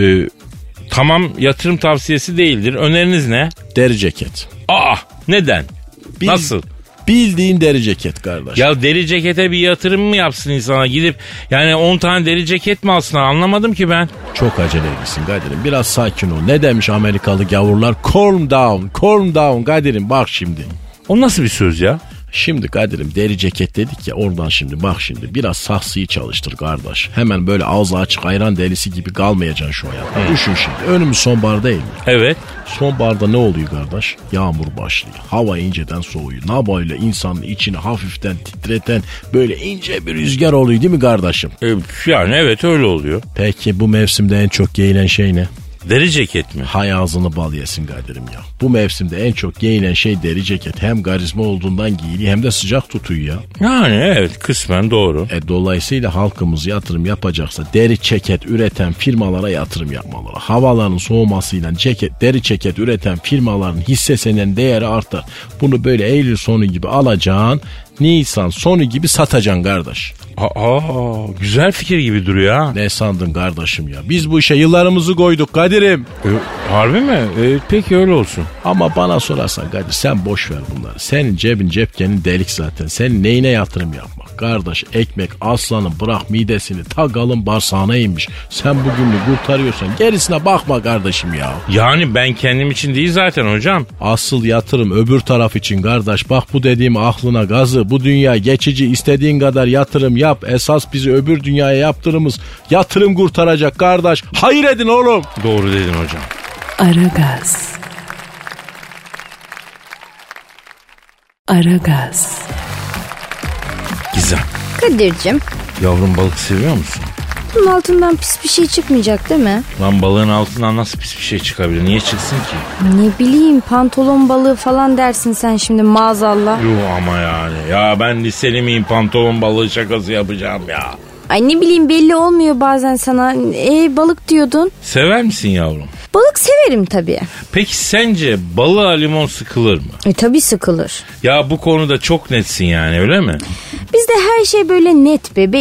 Speaker 3: Tamam, yatırım tavsiyesi değildir. Öneriniz ne?
Speaker 4: Deri ceket.
Speaker 3: Neden? Nasıl?
Speaker 4: Bildiğin deri ceket kardeş.
Speaker 3: Ya deri cekete bir yatırım mı yapsın insana? Gidip yani 10 tane deri ceket mi alsınlar? Anlamadım ki ben.
Speaker 4: Çok aceleylisin Kadir'im. Biraz sakin ol. Ne demiş Amerikalı gavurlar? Calm down Kadir'im, bak şimdi.
Speaker 3: O nasıl bir söz ya?
Speaker 4: Şimdi Kadir'im deri ceket dedik ya, oradan şimdi bak şimdi biraz saksıyı çalıştır kardeş. Hemen böyle ağzı açık ayran delisi gibi kalmayacaksın şu hayatta. Düşün şimdi, önümüz sonbahar değil mi?
Speaker 3: Evet.
Speaker 4: Sonbaharda ne oluyor kardeş? Yağmur başlıyor. Hava inceden soğuyor. Ne böyle insanın içini hafiften titreten böyle ince bir rüzgar oluyor değil mi kardeşim?
Speaker 3: Yani evet öyle oluyor.
Speaker 4: Peki bu mevsimde en çok giyilen şey ne?
Speaker 3: Deri ceket mi?
Speaker 4: Hay ağzını bal yesin Kadir'im ya. Bu mevsimde en çok giyilen şey deri ceket. Hem karizma olduğundan giyiliyor hem de sıcak tutuyor ya.
Speaker 3: Yani evet, kısmen doğru.
Speaker 4: Dolayısıyla halkımız yatırım yapacaksa deri ceket üreten firmalara yatırım yapmaları. Havaların soğumasıyla deri ceket üreten firmaların hisse senedinin değeri artar. Bunu böyle Eylül sonu gibi alacaksın, Nisan sonu gibi satacaksın kardeş.
Speaker 3: Güzel fikir gibi duruyor ha.
Speaker 4: Ne sandın kardeşim ya? Biz bu işe yıllarımızı koyduk Kadir'im.
Speaker 3: Harbi mi? Peki öyle olsun.
Speaker 4: Ama bana sorarsan Kadir, sen boş ver bunları. Senin cebin cepkenin delik zaten. Senin neyine yatırım yapmak? Kardeş ekmek aslanın bırak midesini takalım bağırsağına inmiş. Sen bugününü kurtarıyorsan gerisine bakma kardeşim ya.
Speaker 3: Yani ben kendim için değil zaten hocam.
Speaker 4: Asıl yatırım öbür taraf için kardeş. Bak bu dediğim aklına gazı. Bu dünya geçici, istediğin kadar yatırım yap. Esas bizi öbür dünyaya yaptığımız yatırım kurtaracak kardeş. Hayır edin oğlum.
Speaker 3: Doğru dedin hocam.
Speaker 2: Aragaz. Aragaz.
Speaker 3: Gizem.
Speaker 5: Kadir'cim,
Speaker 3: Yavrum, balık seviyor musun?
Speaker 5: bunun altından pis bir şey çıkmayacak değil mi?
Speaker 3: Lan balığın altından nasıl pis bir şey çıkabilir? Niye çıksın ki?
Speaker 5: Ne bileyim, pantolon balığı falan dersin sen şimdi maazallah.
Speaker 3: Yuh ama yani. Ya ben liseli miyim, pantolon balığı şakası yapacağım ya.
Speaker 5: Ay ne bileyim, belli olmuyor bazen sana. Balık diyordun.
Speaker 3: Sever misin yavrum?
Speaker 5: Balık severim tabii.
Speaker 3: Peki sence balığa limon sıkılır mı?
Speaker 5: Tabii sıkılır.
Speaker 3: Ya bu konuda çok netsin yani, öyle mi?
Speaker 5: Bizde her şey böyle net bebeğim.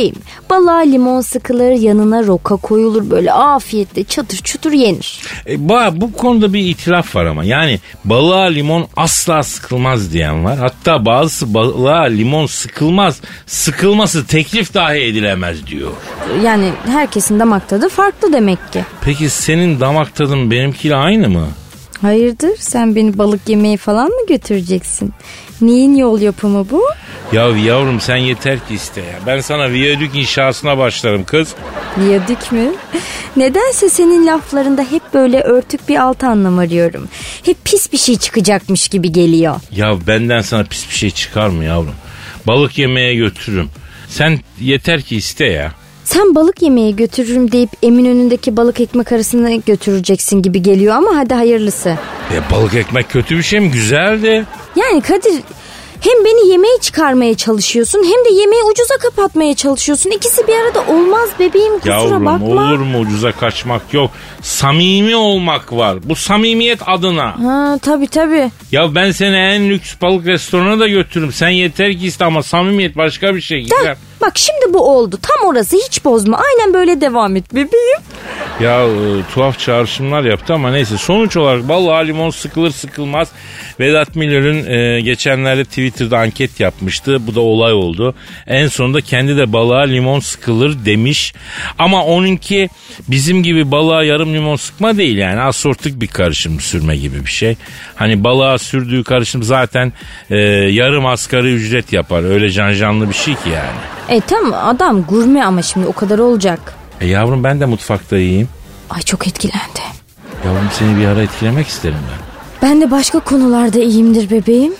Speaker 5: Balığa limon sıkılır, yanına roka koyulur, böyle afiyetle çatır çutur yenir.
Speaker 3: Bu konuda bir itiraf var ama. Yani balığa limon asla sıkılmaz diyen var. Hatta bazısı balığa limon sıkılmaz, sıkılması teklif dahi edilemez diyor.
Speaker 5: Yani herkesin damak tadı farklı demek ki.
Speaker 3: Peki senin damak tadın benimkiyle aynı mı?
Speaker 5: Hayırdır, sen beni balık yemeye falan mı götüreceksin? Neyin yol yapımı bu?
Speaker 3: Ya yavrum sen yeter ki iste ya. Ben sana viyadük inşasına başlarım kız.
Speaker 5: Viyadük mü? Nedense senin laflarında hep böyle örtük bir alt anlam arıyorum. Hep pis bir şey çıkacakmış gibi geliyor.
Speaker 3: Ya benden sana pis bir şey çıkar mı yavrum? Balık yemeye götürürüm. Sen yeter ki iste ya.
Speaker 5: Sen balık yemeye götürürüm deyip Eminönü'ndeki balık ekmek arasına götüreceksin gibi geliyor ama hadi hayırlısı.
Speaker 3: Balık ekmek kötü bir şey mi? Güzeldi.
Speaker 5: Yani Kadir, hem beni yemeğe çıkarmaya çalışıyorsun hem de yemeği ucuza kapatmaya çalışıyorsun. İkisi bir arada olmaz bebeğim, kusura
Speaker 3: yavrum,
Speaker 5: bakma.
Speaker 3: Olur mu, ucuza kaçmak yok. Samimi olmak var. Bu samimiyet adına.
Speaker 5: Ha, tabii.
Speaker 3: Ya ben seni en lüks balık restoranına da götürürüm. Sen yeter ki iste ama samimiyet başka bir şey.
Speaker 5: Bak şimdi bu oldu. Tam orası, hiç bozma. Aynen böyle devam et bebeğim.
Speaker 3: Ya tuhaf çağrışımlar yaptı ama neyse. Sonuç olarak balığa limon sıkılır sıkılmaz. Vedat Milor'un geçenlerde Twitter'da anket yapmıştı. Bu da olay oldu. En sonunda kendi de balığa limon sıkılır demiş. Ama onunki bizim gibi balığa yarım limon sıkma değil yani. Asortik bir karışım sürme gibi bir şey. Hani balığa sürdüğü karışım zaten yarım asgari ücret yapar. Öyle canlı bir şey ki yani.
Speaker 5: Tamam, adam gurme ama şimdi o kadar olacak.
Speaker 3: Yavrum ben de mutfakta yiyeyim.
Speaker 5: Ay çok etkilendi.
Speaker 3: Yavrum seni bir ara etkilemek isterim ben.
Speaker 5: Ben de başka konularda iyiyimdir bebeğim.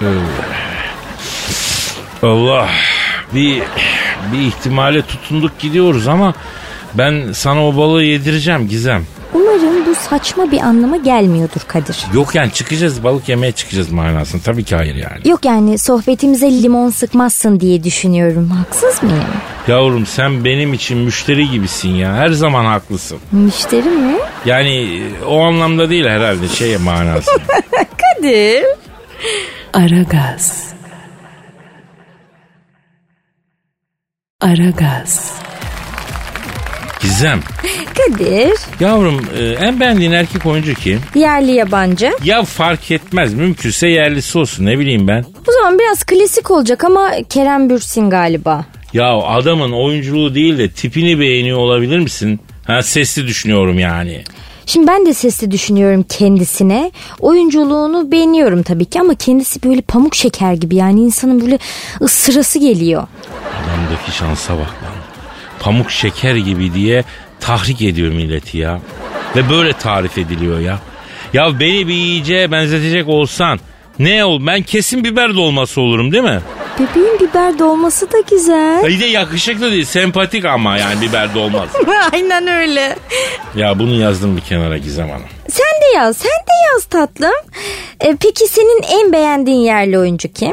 Speaker 3: Allah, bir ihtimale tutunduk gidiyoruz ama ben sana o balığı yedireceğim Gizem.
Speaker 5: Umarım bu saçma bir anlama gelmiyordur Kadir.
Speaker 3: Yok yani çıkacağız, balık yemeye çıkacağız manasında. Tabii ki hayır yani.
Speaker 5: Yok yani sohbetimize limon sıkmazsın diye düşünüyorum. Haksız mıyım?
Speaker 3: Yavrum sen benim için müşteri gibisin ya. Her zaman haklısın.
Speaker 5: Müşteri mi?
Speaker 3: Yani o anlamda değil herhalde manasında.
Speaker 5: Kadir.
Speaker 2: Aragaz.
Speaker 3: Gizem.
Speaker 5: Kadir.
Speaker 3: Yavrum en beğendiğin erkek oyuncu kim?
Speaker 5: Yerli yabancı.
Speaker 3: Ya fark etmez, mümkünse yerlisi olsun, ne bileyim ben.
Speaker 5: O zaman biraz klasik olacak ama Kerem Bürsin galiba.
Speaker 3: Ya adamın oyunculuğu değil de tipini beğeniyor olabilir misin? Sesli düşünüyorum yani.
Speaker 5: Şimdi ben de sesli düşünüyorum kendisine. Oyunculuğunu beğeniyorum tabii ki ama kendisi böyle pamuk şeker gibi, yani insanın böyle ısırası geliyor.
Speaker 3: Adamdaki şansa bak lan. Pamuk şeker gibi diye tahrik ediyor milleti ya. Ve böyle tarif ediliyor ya. Ya beni bir yiyeceğe benzetecek olsan ne ol? Ben kesin biber dolması olurum değil mi?
Speaker 5: Bebeğin biber dolması da güzel.
Speaker 3: Bir de yakışıklı değil, sempatik ama yani biber dolması.
Speaker 5: Aynen öyle.
Speaker 3: Ya bunu yazdım bir kenara Gizem Hanım.
Speaker 5: Sen de yaz tatlım. Peki senin en beğendiğin yerli oyuncu kim?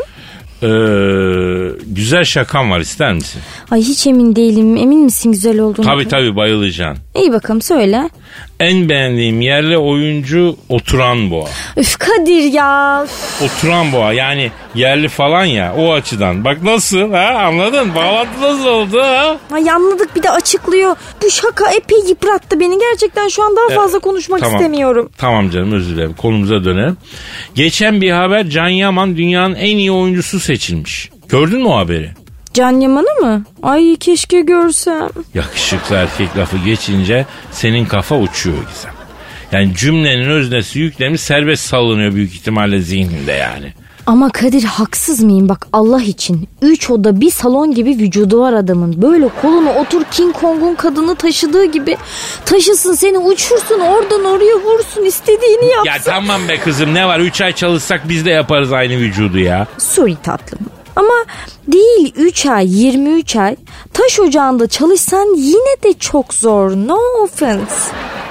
Speaker 3: Güzel şakam var, ister misin?
Speaker 5: Ay hiç emin değilim. Emin misin güzel olduğunu?
Speaker 3: Tabii bayılacaksın.
Speaker 5: İyi bakalım söyle.
Speaker 3: En beğendiğim yerli oyuncu Oturan Boğa.
Speaker 5: Üf Kadir ya.
Speaker 3: Oturan Boğa yani yerli falan ya, o açıdan. Bak nasıl anladın? Bağlantı nasıl oldu
Speaker 5: Ay anladık, bir de açıklıyor. Bu şaka epey yıprattı beni. Gerçekten şu an daha fazla konuşmak istemiyorum. Tamam
Speaker 3: canım, özür dilerim. Konumuza dönelim. Geçen bir haber, Can Yaman dünyanın en iyi oyuncusu seçilmiş. Gördün mü o haberi?
Speaker 5: Can Yaman'ı mı? Ay keşke görsem.
Speaker 3: Yakışıklı erkek lafı geçince senin kafa uçuyor Gizem. Yani cümlenin öznesi yüklemiş, serbest sallanıyor büyük ihtimalle zihninde yani.
Speaker 5: Ama Kadir haksız mıyım? Bak Allah için. 3 oda bir salon gibi vücudu var adamın. Böyle kolunu otur King Kong'un kadını taşıdığı gibi taşısın, seni uçursun, oradan oraya vursun, istediğini yapsın.
Speaker 3: Ya tamam be kızım, ne var, 3 ay çalışsak biz de yaparız aynı vücudu ya.
Speaker 5: Sorry tatlım. Ama değil 3 ay 23 ay taş ocağında çalışsan yine de çok zor. No offense.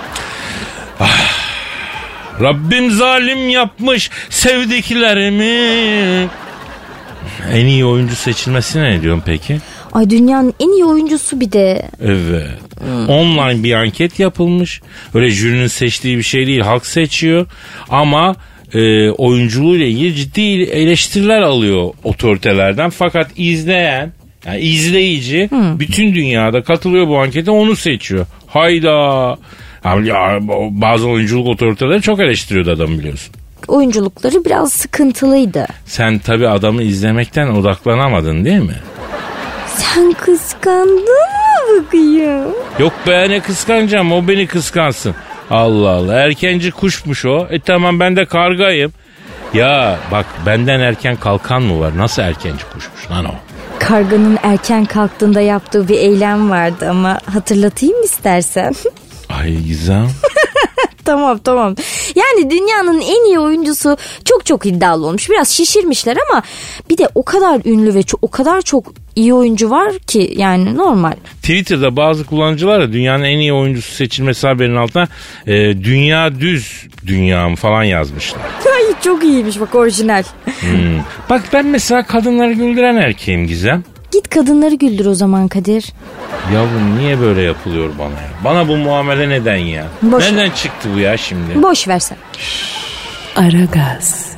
Speaker 3: Rabbim zalim yapmış sevdiklerimi. En iyi oyuncu seçilmesine ne diyorsun peki?
Speaker 5: Ay dünyanın en iyi oyuncusu bir de.
Speaker 3: Evet. Online bir anket yapılmış. Öyle jürinin seçtiği bir şey değil, halk seçiyor. Ama oyunculuğuyla ilgili ciddi eleştiriler alıyor otoritelerden. Fakat izleyen Yani izleyici bütün dünyada katılıyor bu ankete, onu seçiyor. Hayda. Ya, bazı oyunculuk otoriteleri çok eleştiriyordu adamı, biliyorsun.
Speaker 5: Oyunculukları biraz sıkıntılıydı.
Speaker 3: Sen tabii adamı izlemekten odaklanamadın değil mi?
Speaker 5: Sen kıskandın mı bakayım?
Speaker 3: Yok be, ne kıskanacağım, o beni kıskansın. Allah Allah, erkenci kuşmuş o. Tamam, ben de kargayım. Ya bak, benden erken kalkan mı var? Nasıl erkenci kuşmuş lan o?
Speaker 5: Karganın erken kalktığında yaptığı bir eylem vardı ama hatırlatayım istersen.
Speaker 3: Ay Gizem.
Speaker 5: Tamam. Yani dünyanın en iyi oyuncusu çok iddialı olmuş. Biraz şişirmişler ama bir de o kadar ünlü ve o kadar çok iyi oyuncu var ki yani normal.
Speaker 3: Twitter'da bazı kullanıcılar da dünyanın en iyi oyuncusu seçilmesi haberinin altına dünya düz dünyam falan yazmışlar.
Speaker 5: Ay çok iyiymiş bak, orijinal.
Speaker 3: Bak ben mesela kadınları güldüren erkeğim Gizem.
Speaker 5: Git kadınları güldür o zaman Kadir.
Speaker 3: Yavrum niye böyle yapılıyor bana ya? Bana bu muamele neden ya? Nereden çıktı bu ya şimdi?
Speaker 5: Boş versen.
Speaker 2: Aragaz.